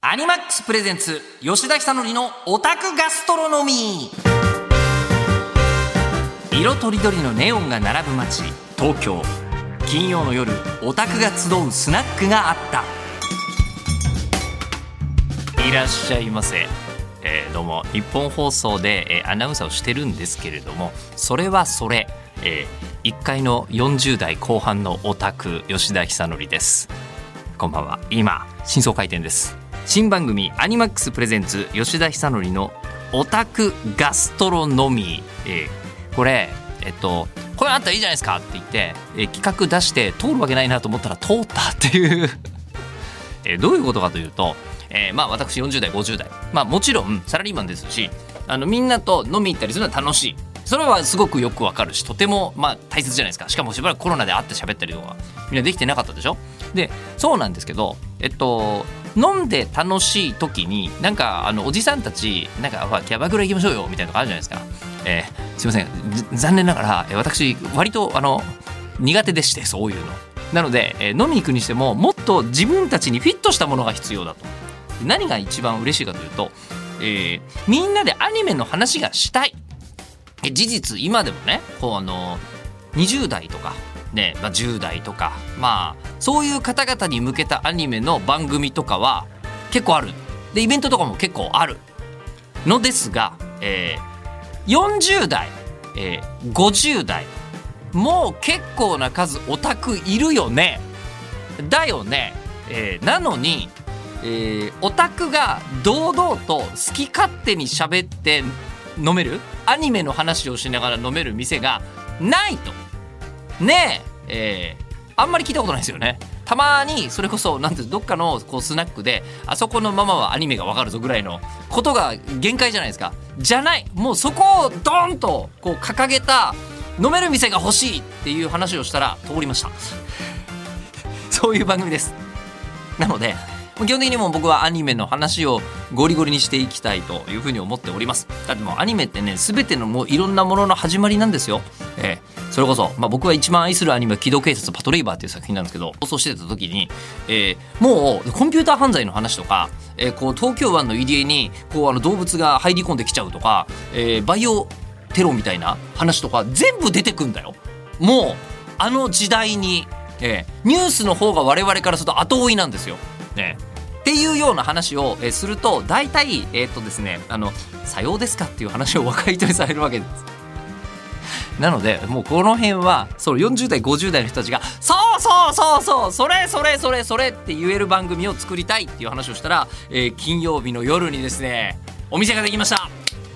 アニマックスプレゼンツ吉田久典のオタクガストロノミー。色とりどりのネオンが並ぶ街東京。金曜の夜、オタクが集うスナックがあった。いらっしゃいませ。どうも、日本放送で、アナウンサーをしてるんですけれども、それはそれ、1階の40代後半のオタク吉田久典です。こんばんは。今新装開店です。新番組アニマックスプレゼンツ吉田久典のオタクガストロノミー、これこれあったらいいじゃないですかって言って、企画出して通るわけないなと思ったら通ったっていうどういうことかというと、私40代50代、もちろんサラリーマンですし、みんなと飲み行ったりするのは楽しい。それはすごくよくわかるし、とても大切じゃないですか。しかもしばらくコロナで会って喋ったりとかみんなできてなかったでしょ。でそうなんですけど、飲んで楽しい時になんかおじさんたちなんかキャバクラ行きましょうよみたいなのがあるじゃないですか。すいません、残念ながら私割と苦手でして、そういうのなので、飲みに行くにしてももっと自分たちにフィットしたものが必要だと。何が一番嬉しいかというと、みんなでアニメの話がしたい。事実今でもね、20代とかね、10代とかそういう方々に向けたアニメの番組とかは結構ある。でイベントとかも結構あるのですが、40代、50代もう結構な数オタクいるよね。だよね。なのに、オタクが堂々と好き勝手に喋って飲める、アニメの話をしながら飲める店がないとね。あんまり聞いたことないですよね。たまにそれこそどっかのスナックであそこのママはアニメが分かるぞぐらいのことが限界じゃないですか。じゃない、もうそこをドーンと掲げた飲める店が欲しいっていう話をしたら通りましたそういう番組です。なので基本的にも僕はアニメの話をゴリゴリにしていきたいというふうに思っております。だってもうアニメってね、全てのもういろんなものの始まりなんですよ。それこそ、僕は一番愛するアニメは機動警察パトレイバーっていう作品なんですけど、放送してた時に、もうコンピューター犯罪の話とか、東京湾の入り江に動物が入り込んできちゃうとか、バイオテロみたいな話とか全部出てくんだよ。もうあの時代に、ニュースの方が我々からすると後追いなんですよ。っていうような話をすると大体ですね、さようですかっていう話を若い人にされるわけです。なのでもうこの辺はその40代50代の人たちがそうそれって言える番組を作りたいっていう話をしたら、金曜日の夜にですねお店ができました。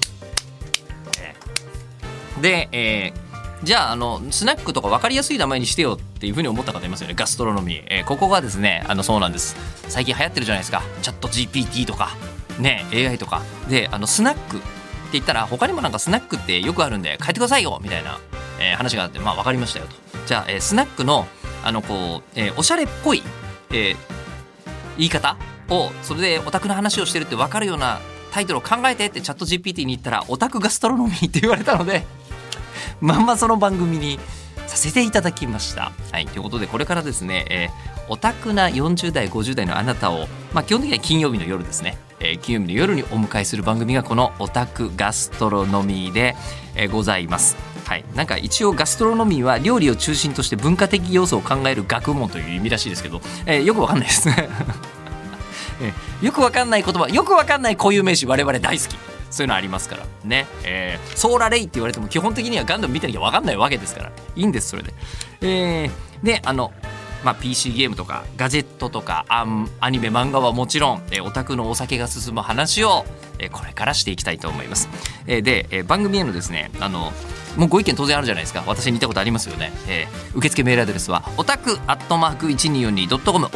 で、じゃあスナックとか分かりやすい名前にしてよっていうふうに思った方いますよね。ガストロノミー、ここがですねそうなんです。最近流行ってるじゃないですか。チャット GPT とかね、 AI とかでスナックって言ったら他にもスナックってよくあるんで変えてくださいよみたいな、話があって分かりましたよと。じゃあ、スナックのおしゃれっぽい、言い方を、それでオタクの話をしてるって分かるようなタイトルを考えてってチャット GPT に言ったらオタクガストロノミーって言われたのでその番組にさせていただきました。はい、ということでこれからですね、オタクな40代50代のあなたを、基本的には金曜日の夜ですね、金曜日の夜にお迎えする番組がこのオタクガストロノミーで、ございます。はい、一応ガストロノミーは料理を中心として文化的要素を考える学問という意味らしいですけど、よくわかんないですよくわかんない言葉、よくわかんない固有名詞、我々大好き。そういうのありますからね。ソーラレイって言われても基本的にはガンダム見てなきゃ分かんないわけですからいいんです、それで。でPC ゲームとかガジェットとかアニメ漫画はもちろん、オタクのお酒が進む話を、これからしていきたいと思います。で、番組へのですねもうご意見当然あるじゃないですか。私に言ったことありますよね。受付メールアドレスはオタク@1242.com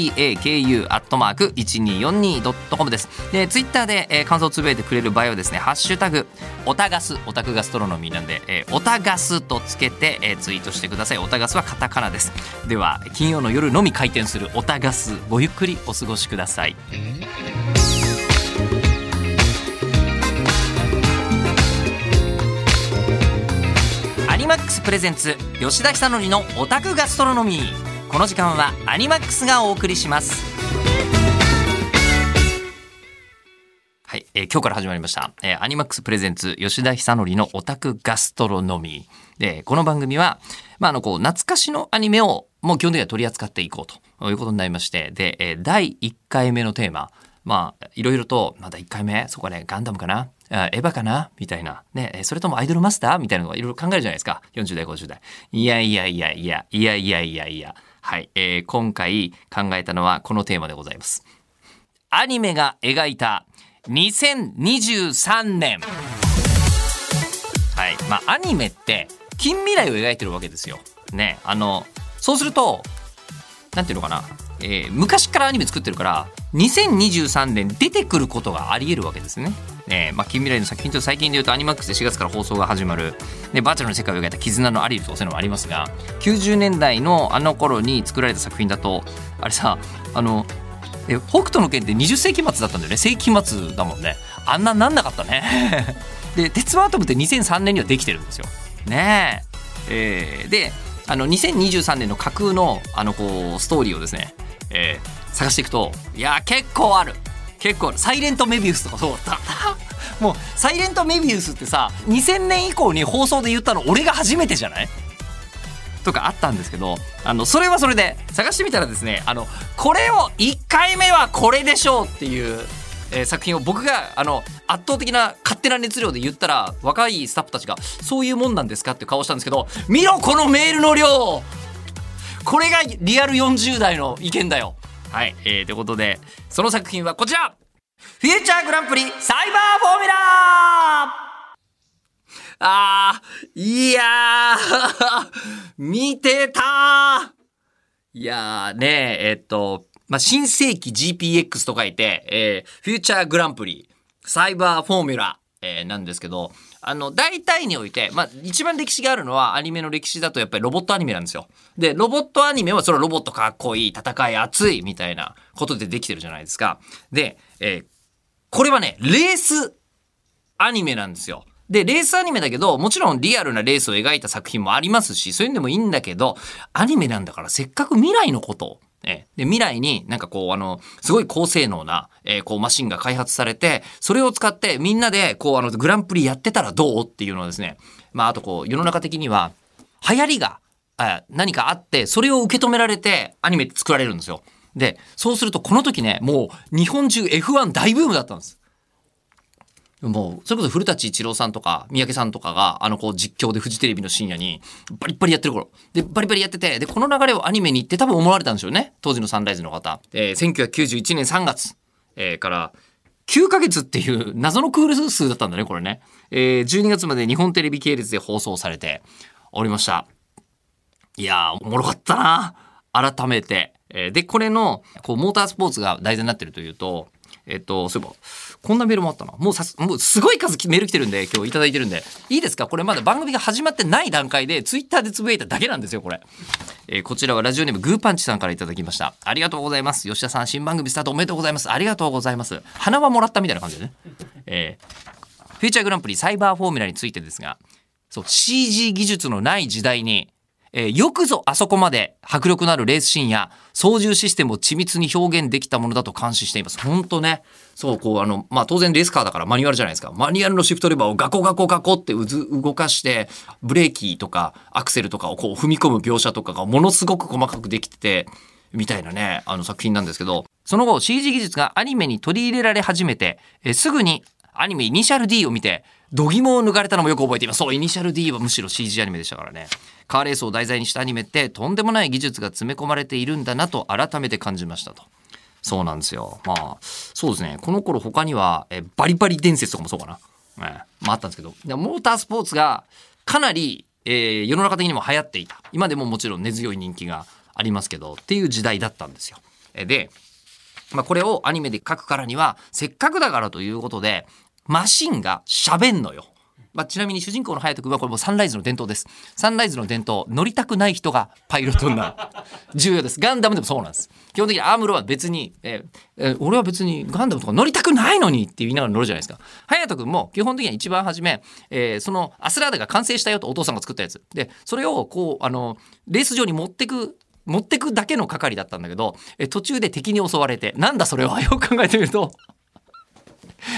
otaku@1242.com です。でツイッターで、感想をつぶやいてくれる場合はですねハッシュタグオタガス、オタクガストロノミーなんで、オタガスとつけて、ツイートしてください。オタガスはカタカナです。では金曜の夜のみ開店するオタガス、ごゆっくりお過ごしください。アニマックスプレゼンツ吉田久典のオタクガストロノミー。この時間はアニマックスがお送りします。 今日から始まりました、アニマックスプレゼンツ吉田久典のオタクガストロノミーで、この番組は、こう懐かしのアニメをもう基本的には取り扱っていこうということになりまして、で、第1回目のテーマ、いろいろとまだ1回目そこはね、ガンダムかな、エヴァかなみたいなね、それともアイドルマスターみたいなのがいろいろ考えるじゃないですか、40代50代。いやはい、今回考えたのはこのテーマでございます。アニメが描いた2023年。はい、アニメって近未来を描いてるわけですよ。ね、そうするとなんていうのかな、昔からアニメ作ってるから2023年出てくることがあり得るわけですね。近未来の作品と最近でいうとアニマックスで4月から放送が始まる、バーチャルの世界を描いた絆のアリルとかそういうのもありますが、90年代のあの頃に作られた作品だとあれさ、北斗の拳って20世紀末だったんだよね。世紀末だもんね。あんななんなかったねで鉄腕アトムって2003年にはできてるんですよね。で2023年の架空のこうストーリーをですね、探していくと、いや結構あるサイレントメビウスとかそうだもうサイレントメビウスってさ、2000年以降に放送で言ったの俺が初めてじゃないとかあったんですけど、それはそれで探してみたらですね、これを1回目はこれでしょうっていう、作品を僕が圧倒的な勝手な熱量で言ったら、若いスタッフたちがそういうもんなんですかって顔したんですけど、見ろこのメールの量、これがリアル40代の意見だよ。はい、ということでその作品はこちら、フューチャーグランプリサイバーフォーミュラー。いやー見てた。いやーね、新世紀 GPX と書いて、フューチャーグランプリサイバーフォーミュラー、なんですけど、大体において、一番歴史があるのはアニメの歴史だとやっぱりロボットアニメなんですよ。でロボットアニメはそれはロボットかっこいい、戦い熱いみたいなことでできてるじゃないですか。で、これはねレースアニメなんですよ。でレースアニメだけど、もちろんリアルなレースを描いた作品もありますし、そういうのでもいいんだけど、アニメなんだからせっかく未来のことをで未来になんかこうすごい高性能な、こうマシンが開発されて、それを使ってみんなでこうグランプリやってたらどうっていうのをですね、あとこう世の中的には流行りが何かあって、それを受け止められてアニメって作られるんですよ。でそうするとこの時ね、もう日本中 F1 大ブームだったんです。もうそれこそ古舘一郎さんとか三宅さんとかがこう実況でフジテレビの深夜にバリッバリやってる頃で、バリバリやってて、でこの流れをアニメにって多分思われたんでしょうね、当時のサンライズの方。1991年3月、から9ヶ月っていう謎のクール数だったんだねこれね。12月まで日本テレビ系列で放送されておりました。いやーおもろかったな改めて。でこれのこうモータースポーツが題材になってるというと、そういえばこんなメールもあったな。もうすごい数メール来てるんで、今日いただいてるんでいいですか。これまだ番組が始まってない段階でツイッターでつぶやいただけなんですよこれ。こちらはラジオネームグーパンチさんからいただきました。ありがとうございます。吉田さん新番組スタートおめでとうございます。ありがとうございます。花はもらったみたいな感じでね。フューチャーグランプリサイバーフォーミュラについてですが、そう CG 技術のない時代によくぞあそこまで迫力のあるレースシーンや操縦システムを緻密に表現できたものだと感心しています。本当ね、そうこう当然レースカーだからマニュアルじゃないですか。マニュアルのシフトレバーをガコガコガコって動かして、ブレーキとかアクセルとかをこう踏み込む描写とかがものすごく細かくできててみたいなね、作品なんですけど、その後 CG 技術がアニメに取り入れられ始めて、すぐにアニメイニシャル D を見て度肝を抜かれたのもよく覚えています。そうイニシャル D はむしろ CG アニメでしたからね。カーレースを題材にしたアニメってとんでもない技術が詰め込まれているんだなと改めて感じましたと。そうなんですよ。そうですね、この頃他にはバリバリ伝説とかもそうかな、あったんですけど、モータースポーツがかなり、世の中的にも流行っていた。今でももちろん根強い人気がありますけどっていう時代だったんですよ。でこれをアニメで描くからにはせっかくだからということでマシンが喋んのよ。ちなみに主人公の隼人君はこれもサンライズの伝統です。サンライズの伝統、乗りたくない人がパイロットになる重要です。ガンダムでもそうなんです。基本的にアームロは別に、俺は別にガンダムとか乗りたくないのにって言いながら乗るじゃないですか。隼人君も基本的には一番初め、そのアスラーダが完成したよとお父さんが作ったやつで、それをこうレース場に持ってくだけの係だったんだけど、途中で敵に襲われて、なんだそれはよく考えてみると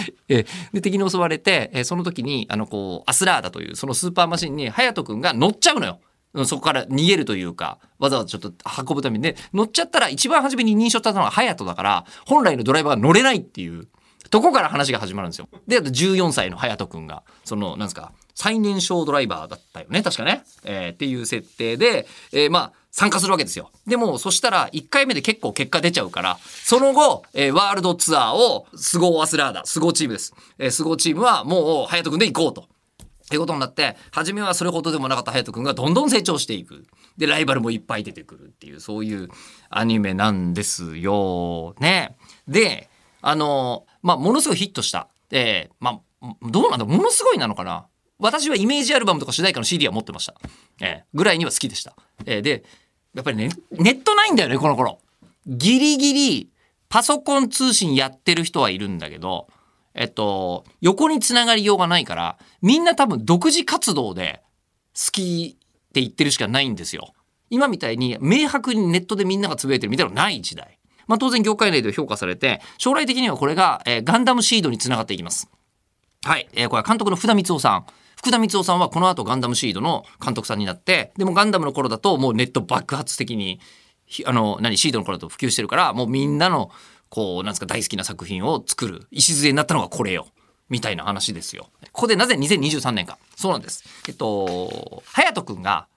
で敵に襲われて、その時にこうアスラーダというそのスーパーマシンに隼人君が乗っちゃうのよ。そこから逃げるというかわざわざちょっと運ぶためにね、乗っちゃったら一番初めに認証したのが隼人だから本来のドライバーが乗れないっていうとこから話が始まるんですよ。で14歳の隼人君がそのなんですか最年少ドライバーだったよね確かね、っていう設定で、まあ参加するわけですよ。でもそしたら1回目で結構結果出ちゃうからその後、ワールドツアーをスゴーアスラーダスゴーチームです、スゴーチームはもう隼人君で行こうとってことになって、初めはそれほどでもなかった隼人君がどんどん成長していく。でライバルもいっぱい出てくるっていうそういうアニメなんですよね。でまあものすごいヒットした、まあどうなんだものすごいなのかな。私はイメージアルバムとか主題歌の CD は持ってました、ぐらいには好きでした、でやっぱりねネットないんだよねこの頃。ギリギリパソコン通信やってる人はいるんだけど横につながりようがないからみんな多分独自活動で好きって言ってるしかないんですよ。今みたいに明白にネットでみんながつぶやいてるみたいなのない時代。まあ当然業界内で評価されて将来的にはこれが、ガンダムシードにつながっていきます。はい、これは監督の福田光雄さん。福田光雄さんはこの後ガンダムシードの監督さんになって、でもガンダムの頃だともうネット爆発的にシードの頃だと普及してるからもうみんなのこうなんですか大好きな作品を作る礎になったのがこれよみたいな話ですよ。ここでなぜ2023年か。そうなんです。隼人君が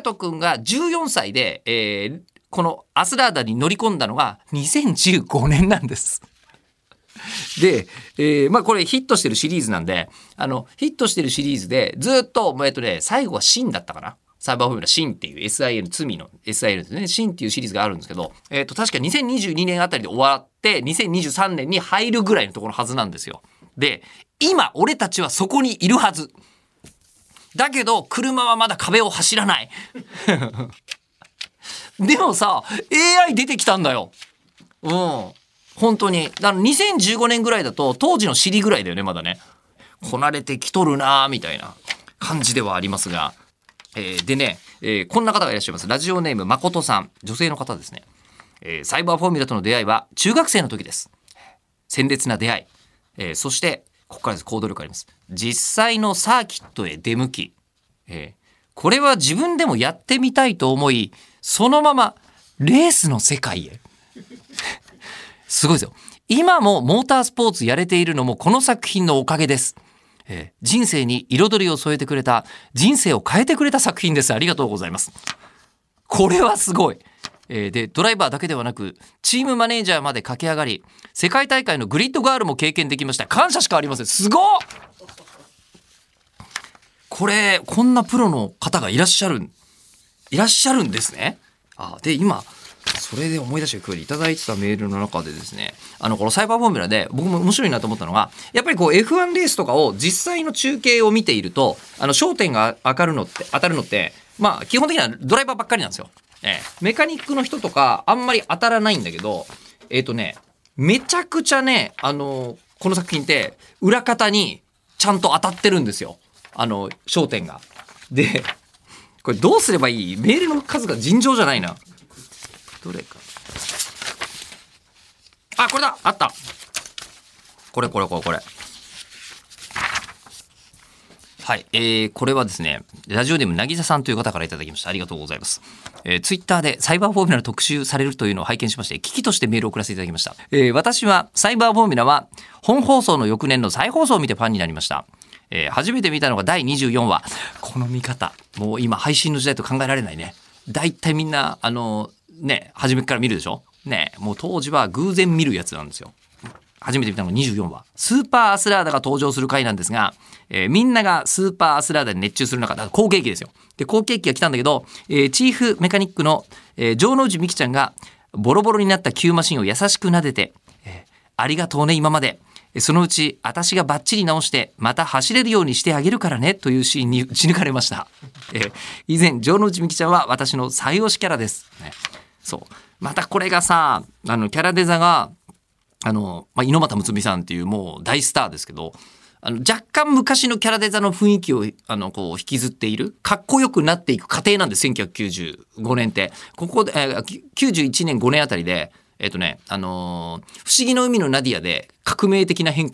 14歳で、このアスラーダに乗り込んだのが2015年なんです。で、まあこれヒットしてるシリーズなんでヒットしてるシリーズでずっと最後はシンだったかな。サイバーフォーミュラシンっていう SIN 罪の SIN ですね。シンっていうシリーズがあるんですけど、確か2022年あたりで終わって2023年に入るぐらいのところのはずなんですよ。で、今俺たちはそこにいるはず。だけど車はまだ壁を走らない。でもさ、AI 出てきたんだよ。本当に。2015年ぐらいだと当時の尻ぐらいだよねまだね。こなれてきとるなーみたいな感じではありますが。でね、こんな方がいらっしゃいます。ラジオネーム誠さん、女性の方ですね。サイバーフォーミュラとの出会いは中学生の時です。鮮烈な出会い、そしてここからです行動力あります。実際のサーキットへ出向き、これは自分でもやってみたいと思いそのままレースの世界へ。すごいですよ。今もモータースポーツやれているのもこの作品のおかげです。人生に彩りを添えてくれた、人生を変えてくれた作品です。ありがとうございます。これはすごい。でドライバーだけではなくチームマネージャーまで駆け上がり世界大会のグリッドガールも経験できました。感謝しかありません。すごっ。こんなプロの方がいらっしゃるんですね。で今それで思い出してくれいただいてたメールの中でですね、このサイバーフォーミュラで僕も面白いなと思ったのが、やっぱりこう F1 レースとかを実際の中継を見ていると焦点が当たるのってまあ基本的にはドライバーばっかりなんですよ。メカニックの人とかあんまり当たらないんだけど、めちゃくちゃねこの作品って裏方にちゃんと当たってるんですよ。焦点が。でこれどうすればいい？メールの数が尋常じゃないな。どれか。これだ。あった。これ。はい、これはですね、ラジオネームなぎささんという方からいただきました。ありがとうございます。ツイッターでサイバーフォーミュラの特集されるというのを拝見しまして、危機としてメールを送らせていただきました。私はサイバーフォーミュラは本放送の翌年の再放送を見てファンになりました。初めて見たのが第24話。この見方、もう今配信の時代と考えられないね。だいたいみんな初めから見るでしょね。もう当時は偶然見るやつなんですよ。初めて見たのが24話。スーパーアスラーダが登場する回なんですが、みんながスーパーアスラーダに熱中する中、後継機ですよ。で、後継機が来たんだけど、チーフメカニックの、城之内美希ちゃんがボロボロになった旧マシンを優しく撫でて、ありがとうね今まで。そのうち私がバッチリ直してまた走れるようにしてあげるからねというシーンに打ち抜かれました。以前城之内美希ちゃんは私の最推しキャラです。そう。またこれがさ、キャラデザが猪俣睦美さんっていうもう大スターですけど、若干昔のキャラデザの雰囲気をこう引きずっているかっこよくなっていく過程なんです。1995年ってここで、91年5年あたりで不思議の海のナディアで革命的な変化を、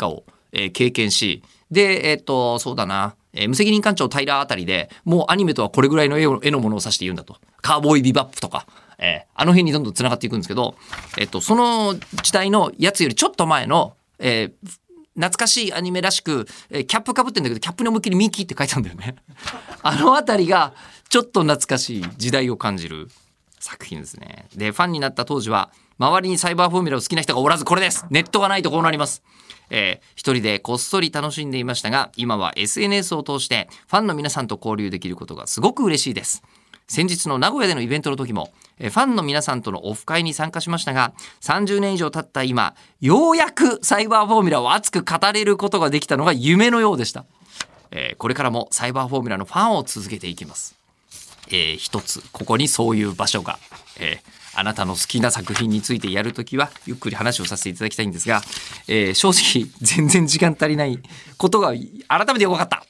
経験し、で、そうだな、無責任艦長タイラーあたりでもうアニメとはこれぐらいの絵のものを指して言うんだと、カーボーイビバップとか、あの辺にどんどんつながっていくんですけど、その時代のやつよりちょっと前の、懐かしいアニメらしく、キャップかぶってんだけどキャップに思いっきりミキって書いてあるんだよねあのあたりがちょっと懐かしい時代を感じる作品ですね。で、ファンになった当時は周りにサイバーフォーミュラを好きな人がおらず、これです。ネットがないとこうなります。一人でこっそり楽しんでいましたが、今は SNS を通してファンの皆さんと交流できることがすごく嬉しいです。先日の名古屋でのイベントの時もファンの皆さんとのオフ会に参加しましたが、30年以上経った今、ようやくサイバーフォーミュラを熱く語れることができたのが夢のようでした。これからもサイバーフォーミュラのファンを続けていきます。一つここにそういう場所が、あなたの好きな作品についてやるときはゆっくり話をさせていただきたいんですが、正直全然時間足りないことが改めてよく分かった。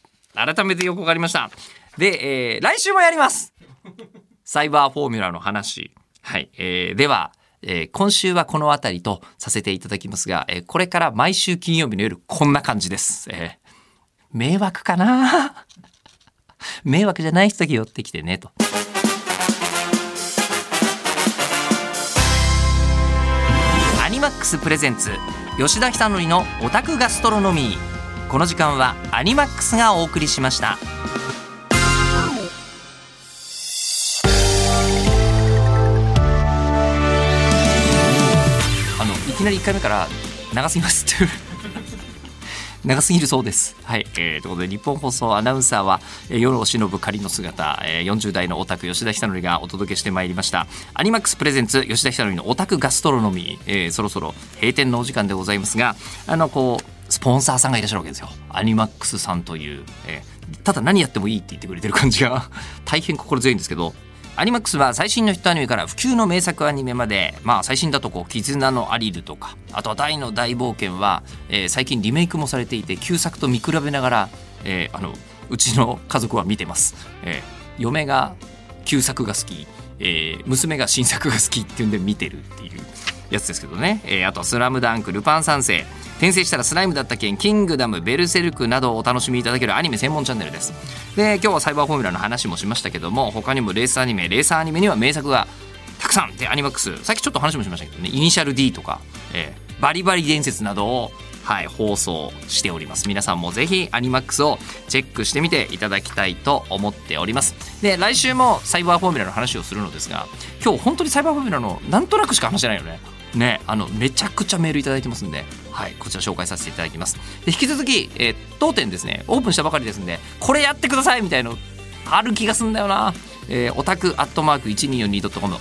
改めてよく分かりました。で、来週もやりますサイバーフォーミュラの話。はい、では、今週はこのあたりとさせていただきますが、これから毎週金曜日の夜こんな感じです。迷惑かな迷惑じゃない人だけ寄ってきてねと。アニマックスプレゼンツ吉田久典のオタクガストロノミー。この時間はアニマックスがお送りしました。いきなり1回目から長すぎますっていう長すぎるそうです。はい、ということで日本放送アナウンサーは夜を忍ぶ仮の姿、40代のオタク吉田久典がお届けしてまいりましたアニマックスプレゼンツ吉田久典のオタクガストロノミー、そろそろ閉店のお時間でございますが、スポンサーさんがいらっしゃるわけですよ。アニマックスさんという、ただ何やってもいいって言ってくれてる感じが大変心強いんですけど、アニマックスは最新のヒットアニメから不朽の名作アニメまで、最新だと絆のアリルとか、あとは大の大冒険は、最近リメイクもされていて旧作と見比べながら、うちの家族は見てます。嫁が旧作が好き、娘が新作が好きっていうんで見てるっていうやつですけどね。あとはスラムダンク、ルパン三世、転生したらスライムだった件、キングダム、ベルセルクなどをお楽しみいただけるアニメ専門チャンネルです。で、今日はサイバーフォーミュラの話もしましたけども、他にもレーサーアニメには名作がたくさんで、アニマックスさっきちょっと話もしましたけどね、イニシャル D とか、バリバリ伝説などを、放送しております。皆さんもぜひアニマックスをチェックしてみていただきたいと思っております。で、来週もサイバーフォーミュラの話をするのですが、今日本当にサイバーフォーミュラのなんとなくしか話してないよね。めちゃくちゃメールいただいてますんで、こちら紹介させていただきます。で、引き続き、当店ですね、オープンしたばかりですんで、これやってくださいみたいのある気がすんだよな。オタク@1242.com、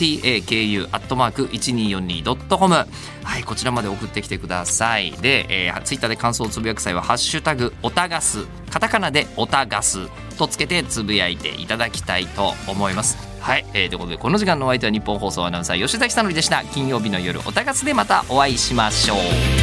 otaku@1242.com、 こちらまで送ってきてください。で、ツイッターで感想をつぶやく際はハッシュタグオタガス、カタカナでオタガスとつけてつぶやいていただきたいと思います。ということでこの時間のお相手は日本放送アナウンサー吉田久典でした。金曜日の夜オタガスでまたお会いしましょう。